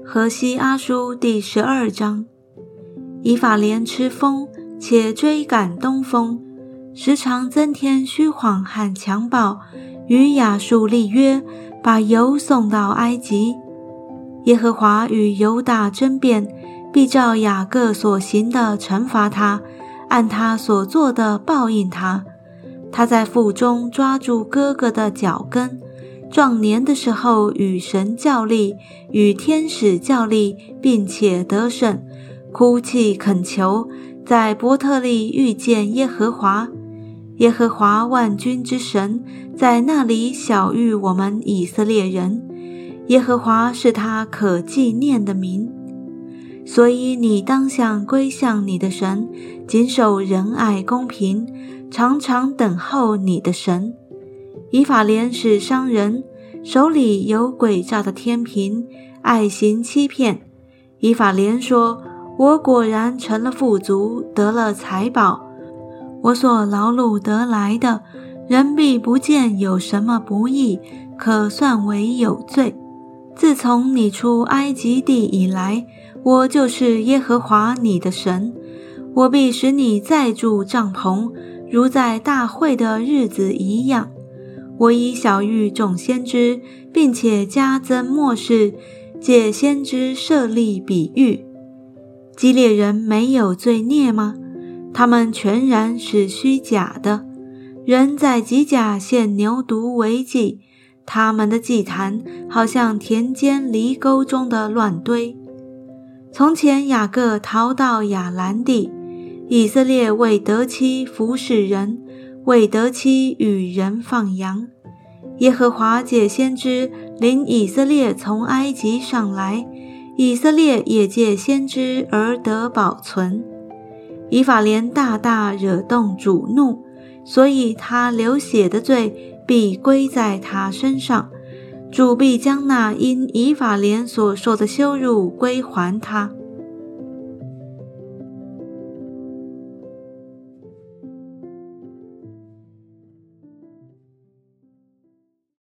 何西阿书第12章。以法莲吃风，且追赶东风，时常增添虚谎和强暴，与亚述立约，把油送到埃及。耶和华与犹大争辩，必照雅各所行的惩罚他，按他所做的报应他。他在腹中抓住哥哥的脚跟，壮年的时候与神较力，与天使较力，并且得胜，哭泣恳求，在伯特利遇见耶和华。耶和华万军之神在那里晓谕我们以色列人，耶和华是他可纪念的名。所以你当向归向你的神，谨守仁爱公平，常常等候你的神。以法莲是商人，手里有诡诈的天平，爱行欺骗。以法莲说，我果然成了富足，得了财宝，我所劳碌得来的，人必不见有什么不义，可算为有罪。自从你出埃及地以来，我就是耶和华你的神，我必使你再住帐篷，如在大会的日子一样。我已晓谕众先知，并且加增末世，借先知设立比喻。基列人没有罪孽吗？他们全然是虚假的，人在吉甲献牛犊为祭，他们的祭坛好像田间犁沟中的乱堆。从前雅各逃到亚兰地，以色列为得妻服侍人，为得妻与人放羊。耶和华借先知领以色列从埃及上来，以色列也借先知而得保存。以法莲大大惹动主怒，所以他流血的罪必归在他身上，主必将那因以法莲所受的羞辱归还他。